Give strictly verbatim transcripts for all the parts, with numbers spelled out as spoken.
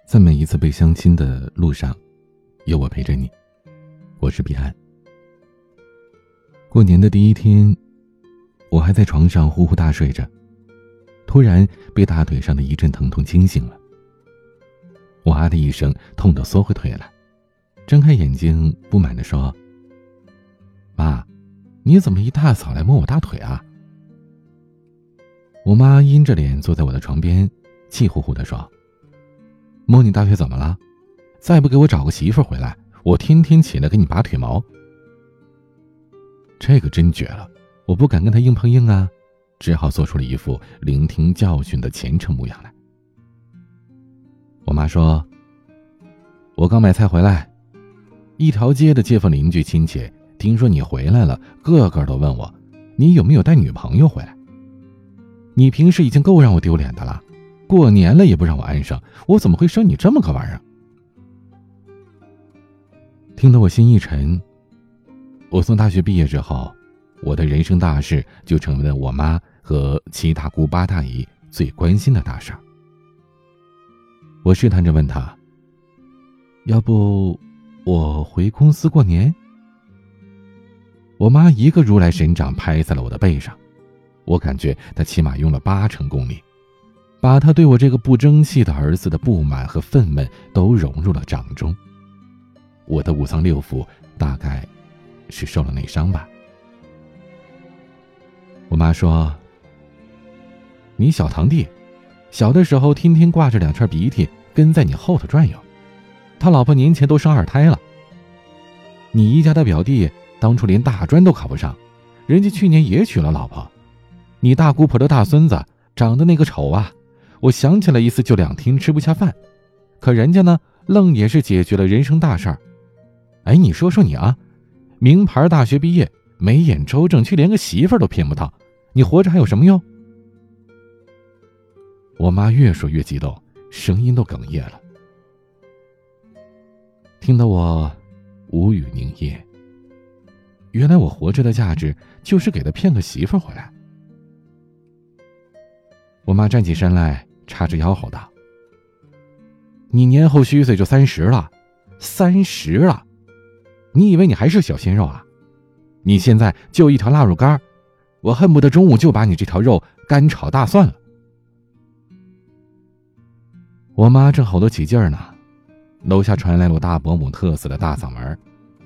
在每一次被相亲的路上，有我陪着你。我是彼岸。过年的第一天，我还在床上呼呼大睡着，突然被大腿上的一阵疼痛惊醒了。我啊的一声，痛得缩回腿来，睁开眼睛不满地说：妈，你怎么一大早来摸我大腿啊？我妈阴着脸坐在我的床边，气呼呼地说：摸你大腿怎么了？再不给我找个媳妇回来，我天天起来给你拔腿毛。这个真绝了，我不敢跟她硬碰硬啊，只好做出了一副聆听教训的虔诚模样来。我妈说：我刚买菜回来，一条街的街坊邻居亲戚听说你回来了，个个都问我你有没有带女朋友回来。你平时已经够让我丢脸的了，过年了也不让我安生，我怎么会生你这么个玩意儿？听得我心一沉。我从大学毕业之后，我的人生大事就成为了我妈和七大姑八大姨最关心的大事儿。我试探着问她：要不我回公司过年？我妈一个如来神掌拍在了我的背上，我感觉她起码用了八成功力，把她对我这个不争气的儿子的不满和愤懑都融入了掌中。我的五脏六腑大概是受了内伤吧。我妈说：你小堂弟小的时候天天挂着两串鼻涕跟在你后头转悠，他老婆年前都生二胎了。你姨家的表弟当初连大专都考不上，人家去年也娶了老婆。你大姑婆的大孙子长得那个丑啊，我想起来一次就两天吃不下饭，可人家呢愣也是解决了人生大事儿。哎，你说说你啊，名牌大学毕业，眉眼周正，却连个媳妇儿都骗不到，你活着还有什么用？我妈越说越激动，声音都哽咽了，听得我无语凝噎。原来我活着的价值就是给她骗个媳妇儿回来。我妈站起身来，叉着腰吼道：你年后虚岁就三十了，三十了，你以为你还是小鲜肉啊？你现在就一条腊肉干，我恨不得中午就把你这条肉干炒大蒜了。我妈正吼得起劲儿呢，楼下传来了我大伯母特色的大嗓门：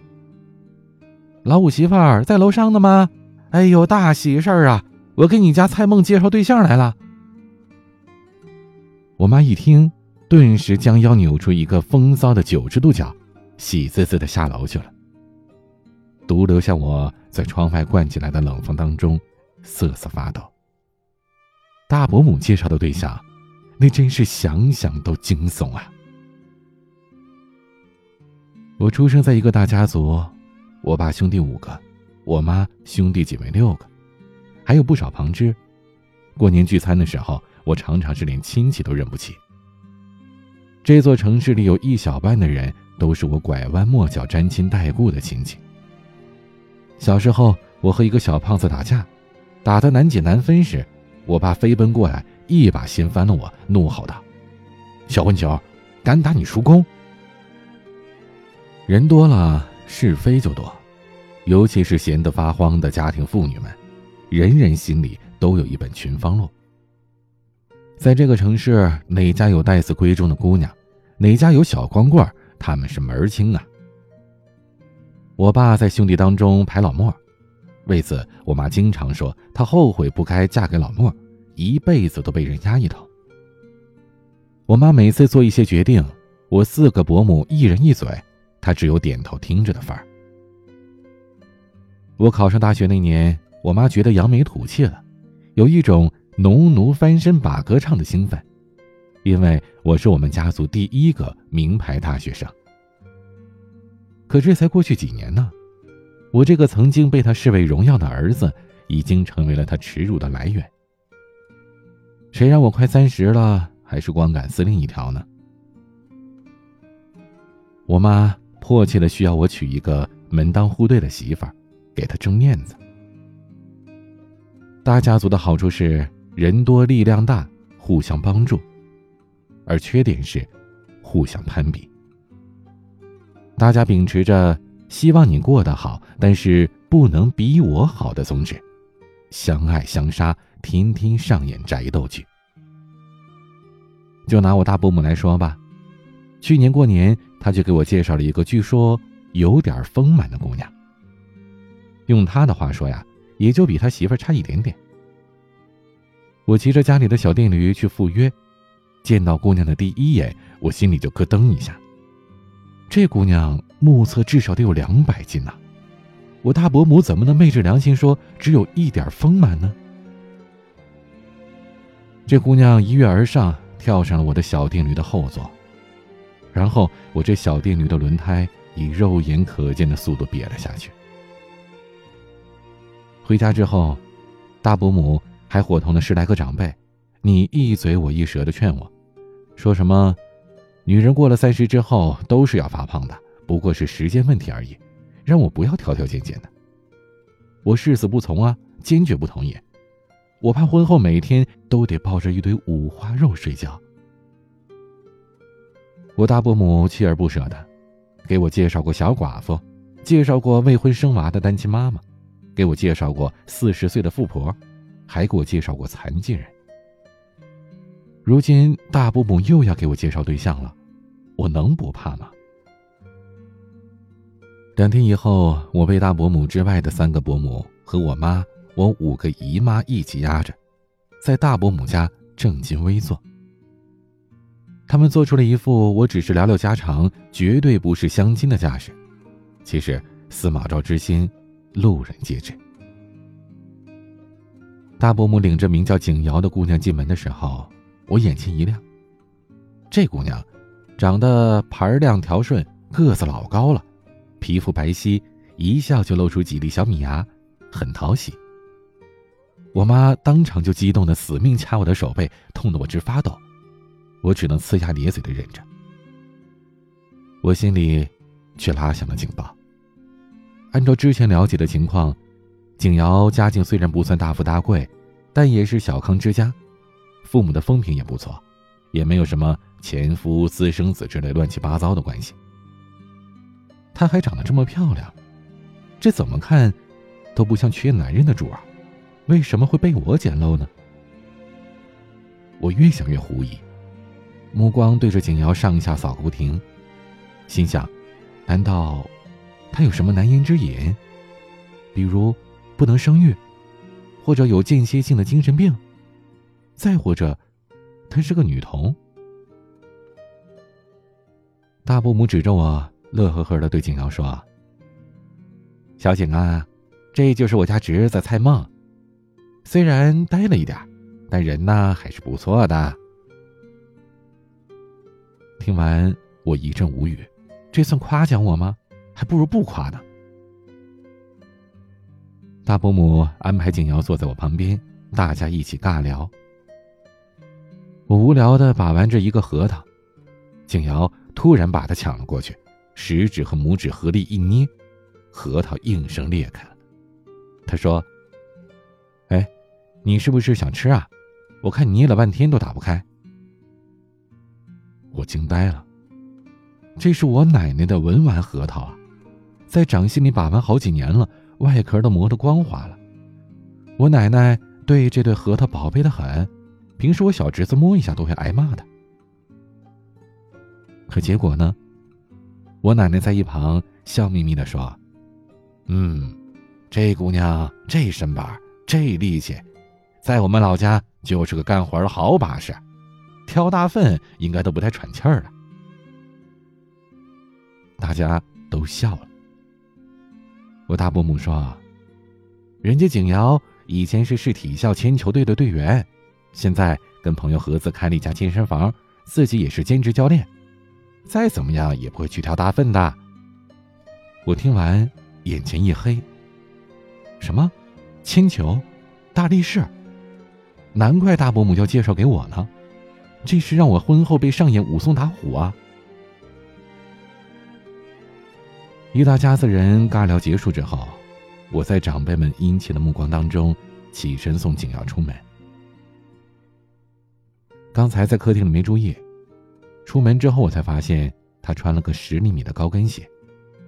老五媳妇儿在楼上的吗？哎呦，大喜事儿啊，我给你家蔡梦介绍对象来了。我妈一听，顿时将腰扭出一个风骚的九十度角，喜滋滋地下楼去了，独留下我在窗外灌进来的冷风当中瑟瑟发抖。大伯母介绍的对象，那真是想想都惊悚啊。我出生在一个大家族，我爸兄弟五个，我妈兄弟姐妹六个，还有不少旁支。过年聚餐的时候，我常常是连亲戚都认不起。这座城市里有一小半的人都是我拐弯抹角沾亲带故的亲戚。小时候我和一个小胖子打架，打得难解难分时，我爸飞奔过来，一把掀翻了我，怒吼道：小混球，敢打你叔公！人多了是非就多，尤其是闲得发慌的家庭妇女们，人人心里都有一本群芳录。在这个城市，哪家有待字闺中的姑娘，哪家有小光棍，他们是门儿清啊。我爸在兄弟当中排老末，为此我妈经常说她后悔不该嫁给老末，一辈子都被人压一头。我妈每次做一些决定，我四个伯母一人一嘴，她只有点头听着的份儿。我考上大学那年，我妈觉得扬眉吐气了，有一种农奴翻身把歌唱的兴奋，因为我是我们家族第一个名牌大学生。可这才过去几年呢，我这个曾经被他视为荣耀的儿子，已经成为了他耻辱的来源。谁让我快三十了，还是光杆司令一条呢？我妈迫切的需要我娶一个门当户对的媳妇儿，给她争面子。大家族的好处是人多力量大，互相帮助，而缺点是互互相攀比。大家秉持着希望你过得好，但是不能比我好的宗旨，相爱相杀，天天上演宅斗剧。就拿我大伯母来说吧，去年过年他就给我介绍了一个据说有点丰满的姑娘。用他的话说呀，也就比他媳妇儿差一点点。我骑着家里的小电驴去赴约，见到姑娘的第一眼，我心里就咯噔一下。这姑娘目测至少得有两百斤呐、啊，我大伯母怎么能昧着良心说只有一点丰满呢？这姑娘一跃而上，跳上了我的小电驴的后座，然后我这小电驴的轮胎以肉眼可见的速度瘪了下去。回家之后，大伯母还伙同了十来个长辈，你一嘴我一舌的劝我，说什么女人过了三十之后都是要发胖的，不过是时间问题而已，让我不要条条件件的。我誓死不从啊，坚决不同意。我怕婚后每天都得抱着一堆五花肉睡觉。我大伯母锲而不舍的给我介绍过小寡妇，介绍过未婚生娃的单亲妈妈，给我介绍过四十岁的富婆，还给我介绍过残疾人。如今大伯母又要给我介绍对象了，我能不怕吗？两天以后，我被大伯母之外的三个伯母和我妈、我五个姨妈一起压着，在大伯母家正襟危坐。他们做出了一副我只是聊聊家常，绝对不是相亲的架势。其实司马昭之心，路人皆知。大伯母领着名叫景瑶的姑娘进门的时候，我眼前一亮。这姑娘长得盘亮条顺，个子老高了，皮肤白皙，一笑就露出几粒小米牙，很讨喜。我妈当场就激动的死命掐我的手背，痛得我直发抖，我只能呲牙咧嘴的忍着。我心里却拉响了警报。按照之前了解的情况，景瑶家境虽然不算大富大贵，但也是小康之家，父母的风评也不错，也没有什么前夫、私生子之类乱七八糟的关系。她还长得这么漂亮，这怎么看都不像缺男人的主儿，为什么会被我捡漏呢？我越想越狐疑，目光对着景瑶上下扫个不停，心想，难道她有什么难言之隐？比如不能生育，或者有间歇性的精神病，再或者她是个女童。大伯母指着我，乐呵呵地对景瑶说，小景啊，这就是我家侄子蔡梦，虽然呆了一点，但人呢还是不错的。听完我一阵无语，这算夸奖我吗？还不如不夸呢。大伯母安排景瑶坐在我旁边，大家一起尬聊。我无聊地把玩着一个核桃，景瑶突然把它抢了过去，食指和拇指合力一捏，核桃应声裂开了。她说，哎，你是不是想吃啊？我看你捏了半天都打不开。我惊呆了，这是我奶奶的文玩核桃啊，在掌心里把玩好几年了，外壳都磨得光滑了。我奶奶对这对核桃宝贝得很，平时我小侄子摸一下都会挨骂的。可结果呢，我奶奶在一旁笑眯眯地说，嗯，这姑娘这身板这力气，在我们老家就是个干活的好把式，挑大粪应该都不太喘气儿了。大家都笑了。我大伯母说，人家景瑶以前是市体校铅球队的队员，现在跟朋友合资开了一家健身房，自己也是兼职教练，再怎么样也不会去挑大粪的。我听完眼前一黑，什么铅球、大力士，难怪大伯母要介绍给我呢，这是让我婚后被上演武松打虎啊。一大家子人尬聊结束之后，我在长辈们殷切的目光当中起身送景瑶出门。刚才在客厅里没注意， 出门之后我才发现他穿了个十厘米的高跟鞋。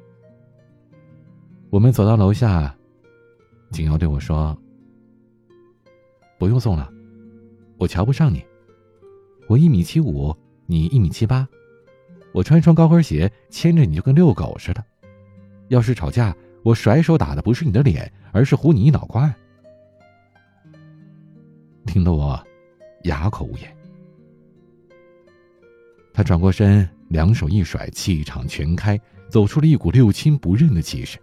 我们走到楼下，景瑶对我说：“不用送了，我瞧不上你。我一米七五，你一米七八，我穿双高跟鞋牵着你就跟遛狗似的。要是吵架，我甩手打的不是你的脸，而是糊你一脑瓜。”听得我哑口无言。他转过身，两手一甩，气场全开，走出了一股六亲不认的气势。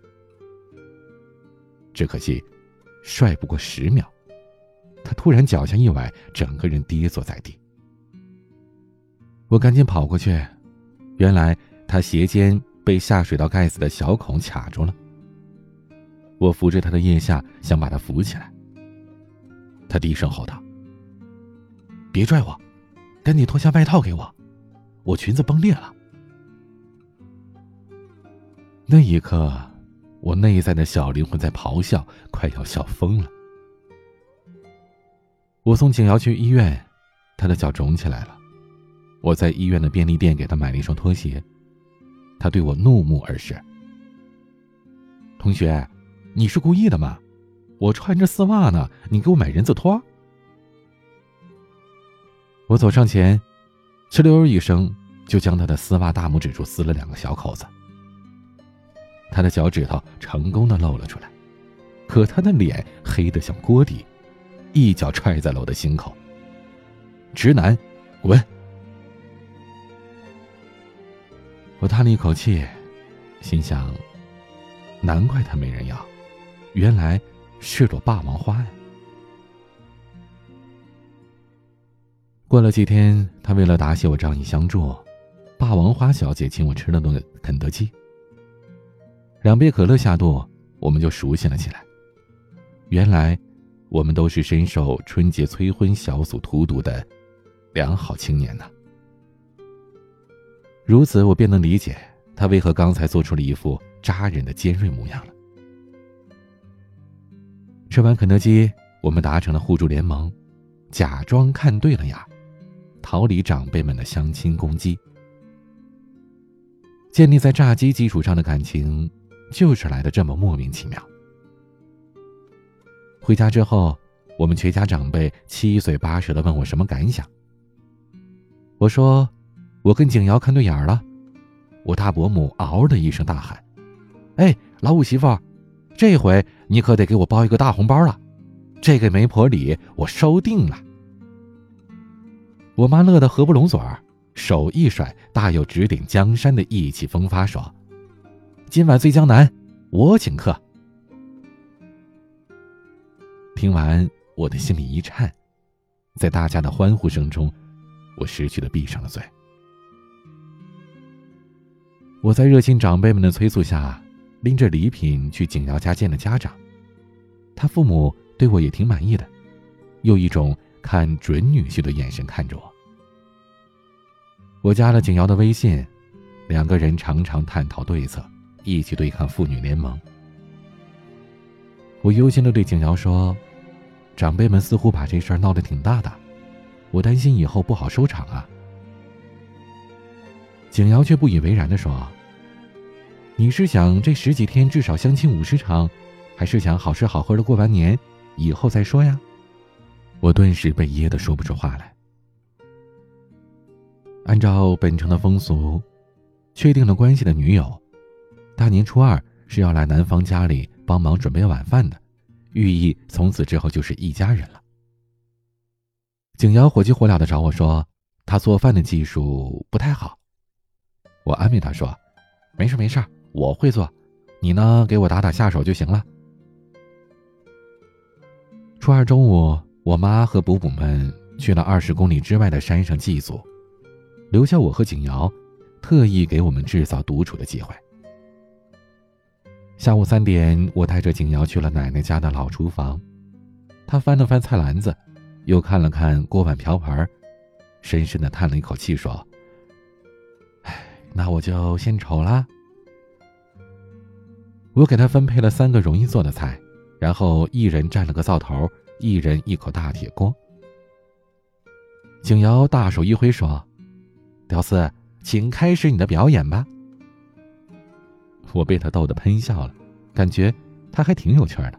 只可惜帅不过十秒，他突然脚下一崴，整个人跌坐在地。我赶紧跑过去，原来他鞋尖被下水道盖子的小孔卡住了。我扶着他的腋下，想把他扶起来。他低声吼道：“别拽我，赶紧脱下外套给我，我裙子崩裂了。”那一刻，我内在的小灵魂在咆哮，快要笑疯了。我送景瑶去医院，她的脚肿起来了。我在医院的便利店给她买了一双拖鞋，她对我怒目而视：“同学，你是故意的吗？我穿着丝袜呢，你给我买人字拖？”我走上前，哧溜一声就将她的丝袜大拇指处撕了两个小口子。她的脚趾头成功的露了出来，可她的脸黑得像锅底，一脚踹在了我的心口：“直男，滚！”我叹了一口气，心想，难怪他没人要，原来是朵霸王花呀。过了几天，他为了答谢我仗义相助，霸王花小姐请我吃了顿肯德基。两杯可乐下肚，我们就熟悉了起来。原来我们都是深受春节催婚小组荼毒的良好青年呢。如此，我便能理解他为何刚才做出了一副扎人的尖锐模样了。吃完肯德基，我们达成了互助联盟，假装看对了眼，逃离长辈们的相亲攻击。建立在炸鸡基础上的感情，就是来得这么莫名其妙。回家之后，我们全家长辈七嘴八舌地问我什么感想。我说，我跟景瑶看对眼了。我大伯母嗷的一声大喊：“哎，老五媳妇，这回你可得给我包一个大红包了，这个媒婆礼我收定了。”我妈乐得合不拢嘴儿，手一甩，大有指点江山的意气风发，说：“今晚醉江南，我请客。”听完，我的心里一颤，在大家的欢呼声中，我失去了闭上了嘴。我在热心长辈们的催促下，拎着礼品去景瑶家见了家长。他父母对我也挺满意的，用一种看准女婿的眼神看着我。我加了景瑶的微信，两个人常常探讨对策，一起对抗妇女联盟。我忧心地对景瑶说，长辈们似乎把这事儿闹得挺大的，我担心以后不好收场啊。景瑶却不以为然地说：“你是想这十几天至少相亲五十场，还是想好吃好喝的过完年以后再说呀？”我顿时被噎得说不出话来。按照本城的风俗，确定了关系的女友，大年初二是要来男方家里帮忙准备晚饭的，寓意从此之后就是一家人了。景瑶火急火燎地找我说，她做饭的技术不太好。我安慰她说，没事没事，我会做，你呢给我打打下手就行了。初二中午，我妈和补补们去了二十公里之外的山上祭祖，留下我和景瑶，特意给我们制造独处的机会。下午三点，我带着景瑶去了奶奶家的老厨房，她翻了翻菜篮子，又看了看锅碗瓢盆，深深地叹了一口气说，唉，那我就献丑啦。我给她分配了三个容易做的菜，然后一人占了个灶头，一人一口大铁锅。景瑶大手一挥说， 屌丝，请开始你的表演吧。我被他逗得喷笑了，感觉他还挺有趣的。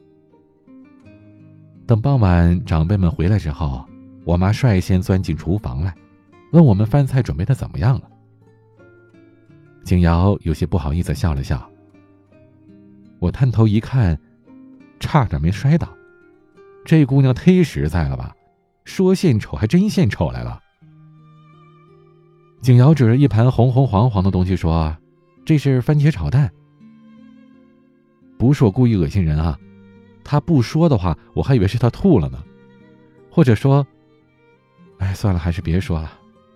等傍晚长辈们回来之后，我妈率先钻进厨房来，问我们饭菜准备的怎么样了。景瑶有些不好意思笑了笑。我探头一看，差点没摔倒。这姑娘忒实在了吧，说献丑还真献丑来了。景瑶指着一盘红红黄黄的东西说，这是番茄炒蛋。不是我故意恶心人啊，她不说的话我还以为是她吐了呢，或者说哎，算了，还是别说了。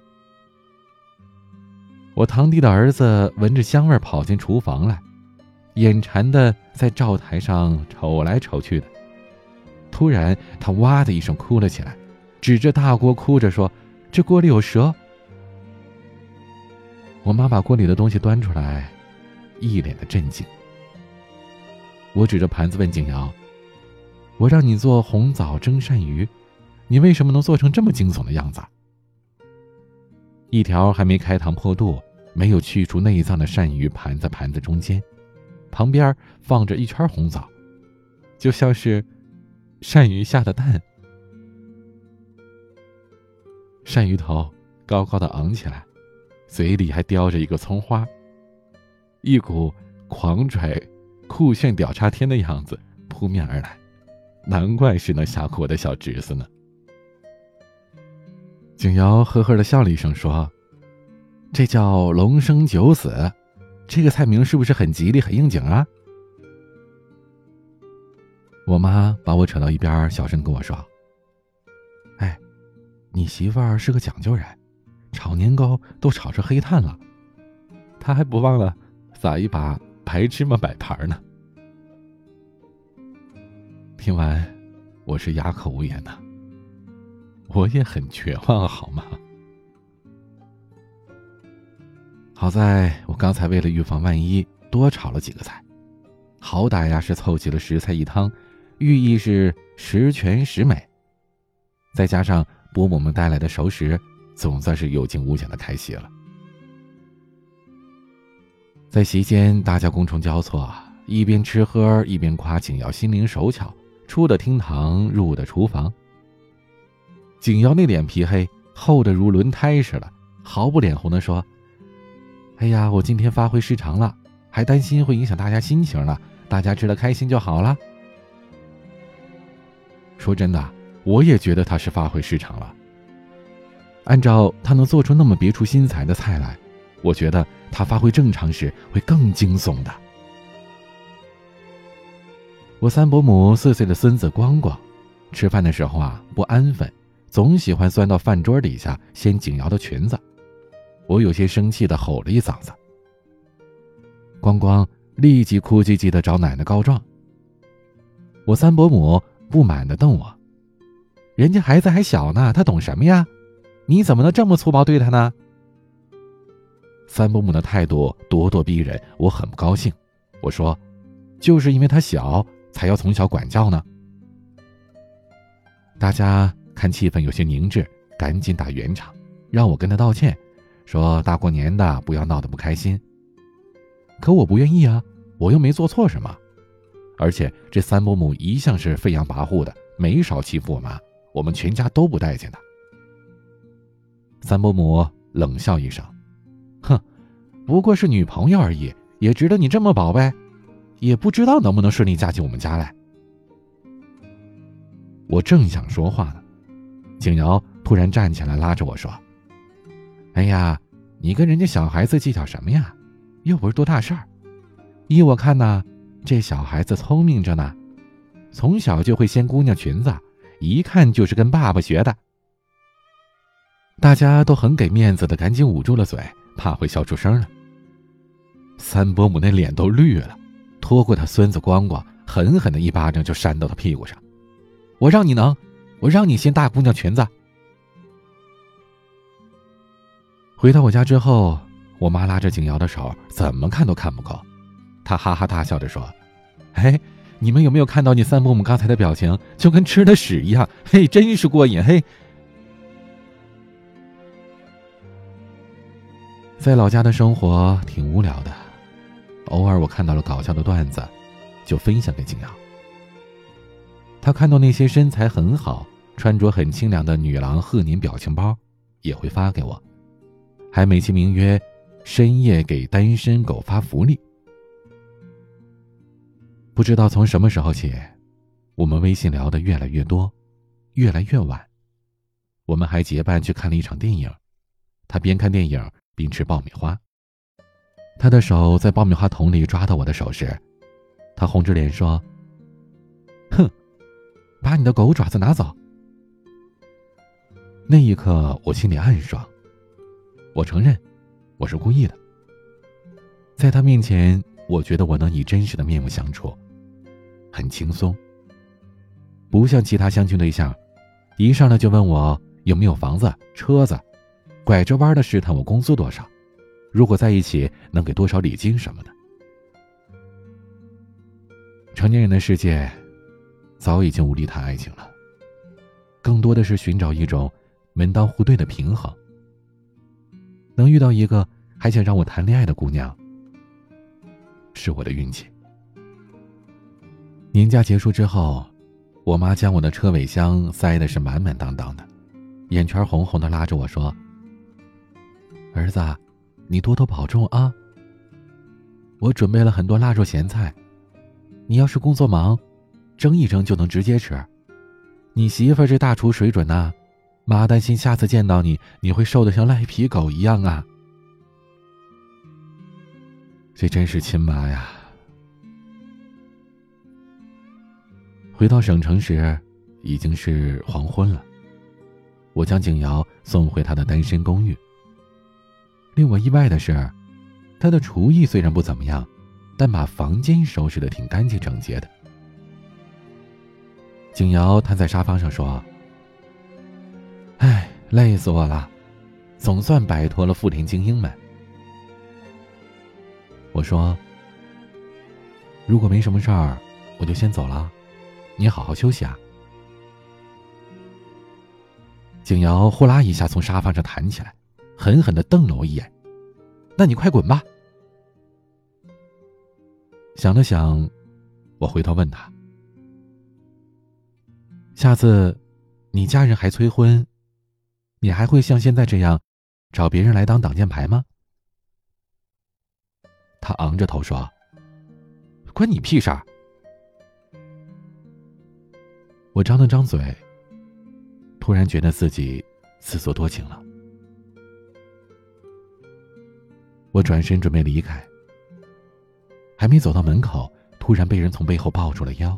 我堂弟的儿子闻着香味跑进厨房来，眼馋的在灶台上瞅来瞅去的。突然他哇的一声哭了起来，指着大锅哭着说，这锅里有蛇。我妈把锅里的东西端出来，一脸的震惊。我指着盘子问景瑶，我让你做红枣蒸鳝鱼，你为什么能做成这么惊悚的样子？一条还没开膛破肚，没有去除内脏的鳝鱼盘在盘子中间，旁边放着一圈红枣，就像是鳝鱼下的蛋。鳝鱼头高高的昂起来，嘴里还叼着一个葱花，一股狂拽酷炫屌炸天的样子扑面而来，难怪是能吓唬我的小侄子呢。景瑶呵呵地笑了一声说，这叫龙生九死，这个菜名是不是很吉利很应景啊？我妈把我扯到一边，小声跟我说，哎，你媳妇儿是个讲究人，炒年糕都炒成黑炭了，她还不忘了撒一把白芝麻摆盘呢。听完我是哑口无言呢，我也很绝望好吗？好在我刚才为了预防万一多炒了几个菜，好歹呀是凑齐了十菜一汤，寓意是十全十美，再加上伯母们带来的熟食，总算是有惊无险的开席了。在席间大家觥筹交错，一边吃喝一边夸景瑶心灵手巧，出的厅堂入的厨房。景瑶那脸皮黑，厚得如轮胎似的，毫不脸红地说，哎呀，我今天发挥失常了，还担心会影响大家心情了，大家吃得开心就好了。说真的，我也觉得他是发挥失常了。按照他能做出那么别出心裁的菜来，我觉得他发挥正常时会更惊悚的。我三伯母四岁的孙子光光，吃饭的时候啊不安分，总喜欢钻到饭桌底下掀景瑶的裙子。我有些生气地吼了一嗓子，光光立即哭唧唧地找奶奶告状。我三伯母不满地瞪我，人家孩子还小呢，他懂什么呀？你怎么能这么粗暴对他呢？三伯母的态度咄咄逼人，我很不高兴。我说，就是因为他小，才要从小管教呢。大家看气氛有些凝滞，赶紧打圆场，让我跟他道歉，说大过年的不要闹得不开心。可我不愿意啊，我又没做错什么。而且这三伯母一向是飞扬跋扈的，没少欺负我妈，我们全家都不待见的。三伯母冷笑一声，哼，不过是女朋友而已，也值得你这么宝贝？也不知道能不能顺利嫁进我们家来。我正想说话呢，景瑶突然站起来拉着我说，哎呀，你跟人家小孩子计较什么呀？又不是多大事儿。依我看呢，这小孩子聪明着呢，从小就会掀姑娘裙子，一看就是跟爸爸学的。大家都很给面子的赶紧捂住了嘴，怕会笑出声来。三伯母那脸都绿了，拖过他孙子光光，狠狠的一巴掌就扇到他屁股上。我让你能，我让你掀大姑娘裙子。回到我家之后，我妈拉着景瑶的手，怎么看都看不够。她哈哈大笑着说，哎，你们有没有看到你三伯母刚才的表情，就跟吃了屎一样，嘿，真是过瘾，嘿。 在老家的生活挺无聊的，偶尔我看到了搞笑的段子，就分享给景瑶。他看到那些身材很好、穿着很清凉的女郎贺年表情包，也会发给我，还美其名曰深夜给单身狗发福利。不知道从什么时候起，我们微信聊得越来越多，越来越晚。我们还结伴去看了一场电影，他边看电影边吃爆米花。他的手在爆米花桶里抓到我的手时，他红着脸说：哼，把你的狗爪子拿走。那一刻我心里暗爽，我承认我是故意的。在他面前，我觉得我能以真实的面目相处，很轻松，不像其他相亲对象，一上来就问我有没有房子、车子，拐着弯的试探我工资多少，如果在一起能给多少礼金什么的。成年人的世界早已经无力谈爱情了，更多的是寻找一种门当户对的平衡。能遇到一个还想让我谈恋爱的姑娘，是我的运气。年假结束之后，我妈将我的车尾箱塞的是满满当当的，眼圈红红的拉着我说：儿子，你多多保重啊。我准备了很多腊肉咸菜，你要是工作忙，蒸一蒸就能直接吃。你媳妇儿这大厨水准呐，妈担心下次见到你，你会瘦得像赖皮狗一样啊。这真是亲妈呀。回到省城时，已经是黄昏了。我将景瑶送回她的单身公寓。令我意外的是，她的厨艺虽然不怎么样，但把房间收拾得挺干净整洁的。景瑶瘫在沙发上说：唉，累死我了，总算摆脱了富田精英们。我说：如果没什么事儿，我就先走了，你好好休息啊。景瑶呼啦一下从沙发上弹起来，狠狠地瞪了我一眼：那你快滚吧。想了想，我回头问他：下次你家人还催婚，你还会像现在这样找别人来当挡箭牌吗？他昂着头说：关你屁事儿。我张了张嘴，突然觉得自己自作多情了。我转身准备离开，还没走到门口，突然被人从背后抱住了腰。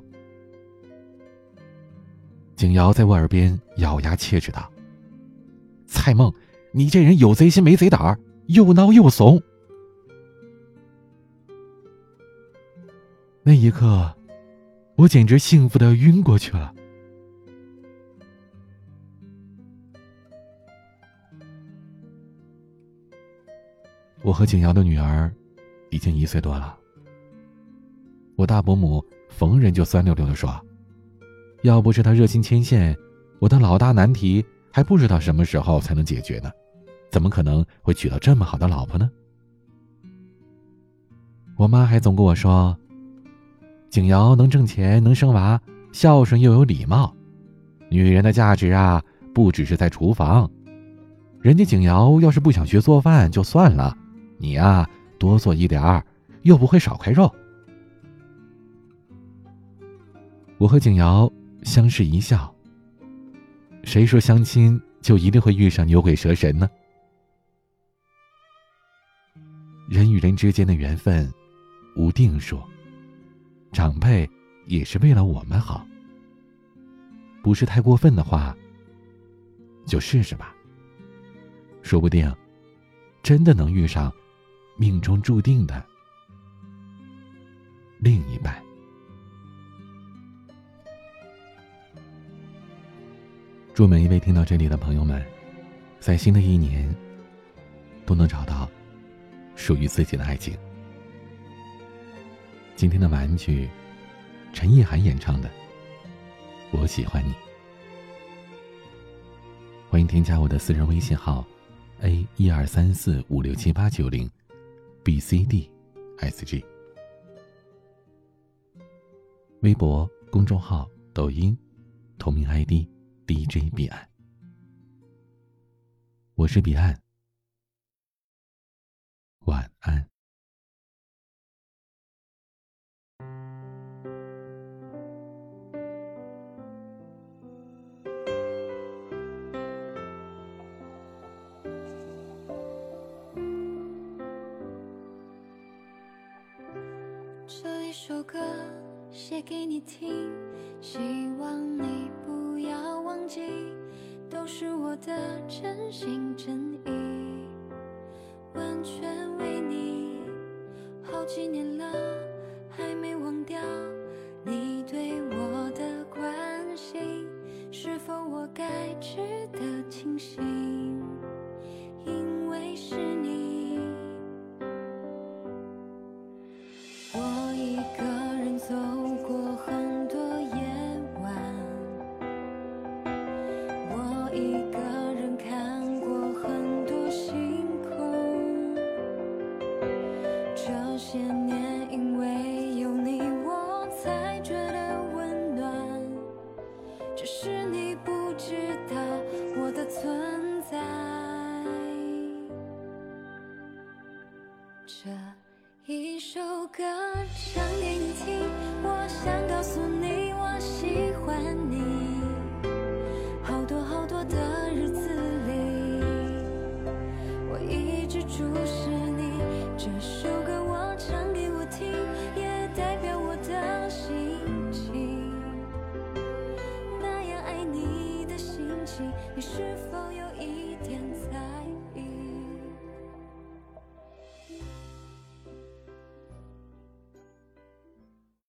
景瑶在我耳边咬牙切齿道：蔡梦，你这人有贼心没贼胆儿，又孬又怂。那一刻，我简直幸福的晕过去了。我和景瑶的女儿已经一岁多了。我大伯母逢人就酸溜溜地说：要不是她热心牵线，我的老大难题还不知道什么时候才能解决呢，怎么可能会娶到这么好的老婆呢？我妈还总跟我说，景瑶能挣钱能生娃，孝顺又有礼貌，女人的价值啊，不只是在厨房。人家景瑶要是不想学做饭就算了，你啊多做一点儿，又不会少块肉。我和景瑶相视一笑，谁说相亲就一定会遇上牛鬼蛇神呢？人与人之间的缘分无定数，长辈也是为了我们好，不是太过分的话，就试试吧，说不定真的能遇上命中注定的另一半。祝每一位听到这里的朋友们，在新的一年都能找到属于自己的爱情。今天的晚安曲，陈意涵演唱的《我喜欢你》。欢迎添加我的私人微信号 A 一二三四五六七八九零 B C D S G。 微博、公众号、抖音同名 I D D J 彼岸。我是彼岸，晚安。 这一首歌写给你听，希望你不要忘记，都是我的真心真意，完全为你。好几年了，还没忘掉你对我的关心，是否我该值得庆幸？因为是你。我一个人走过很多夜晚，我一个人看过很多星空。这些年因为有你，我才觉得温暖，只是你不知道我的存在。这一首歌唱给你听，我想告诉你我喜欢你。好多好多的日子里，我一直注视你，这首